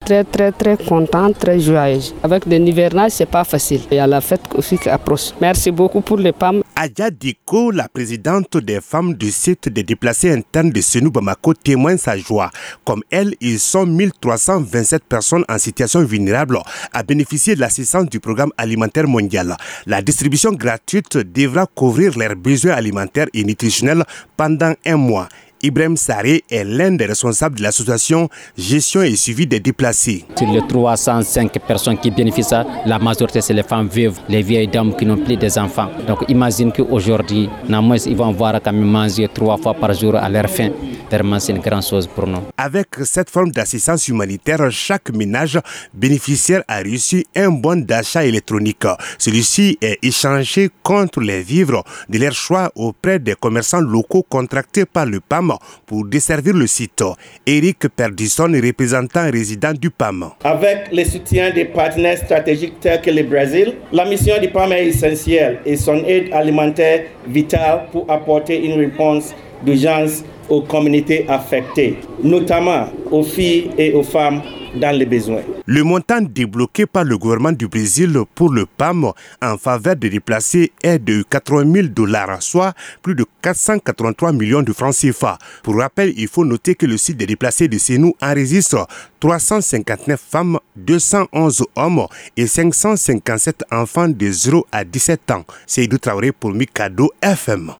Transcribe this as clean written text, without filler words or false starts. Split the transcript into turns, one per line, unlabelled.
très contente, très joyeuse. Avec le hivernage, c'est pas facile. Il y a la fête aussi qui approche. Merci beaucoup pour les PAM.
Adja Diko, la présidente des femmes du site des déplacés internes de Sénou Bamako, témoigne sa joie. Comme elle, ils sont 1327 personnes en situation vulnérable à bénéficier de l'assistance du programme alimentaire mondial. La distribution gratuite devra couvrir leurs besoins alimentaires et nutritionnels pendant 1 mois. Ibrahim Saré est l'un des responsables de l'association Gestion et Suivi des déplacés.
Sur les 305 personnes qui bénéficient, la majorité c'est les femmes vives, les vieilles dames qui n'ont plus des enfants. Donc imagine qu'aujourd'hui, ils vont avoir quand même manger 3 fois par jour à leur faim. Vraiment, c'est une grande chose pour nous.
Avec cette forme d'assistance humanitaire, chaque ménage bénéficiaire a reçu un bon d'achat électronique. Celui-ci est échangé contre les vivres de leur choix auprès des commerçants locaux contractés par le PAM pour desservir le site. Eric Perdisson, représentant résident du PAM.
Avec le soutien des partenaires stratégiques tels que le Brésil, la mission du PAM est essentielle et son aide alimentaire vitale pour apporter une réponse d'urgence aux communautés affectées, notamment aux filles et aux femmes dans les besoins.
Le montant débloqué par le gouvernement du Brésil pour le PAM en faveur des déplacés est de $80,000, soit plus de 483 millions de francs CFA. Pour rappel, il faut noter que le site des déplacés de Sénou enregistre 359 femmes, 211 hommes et 557 enfants de 0 à 17 ans. Seydou Traoré pour Mikado FM.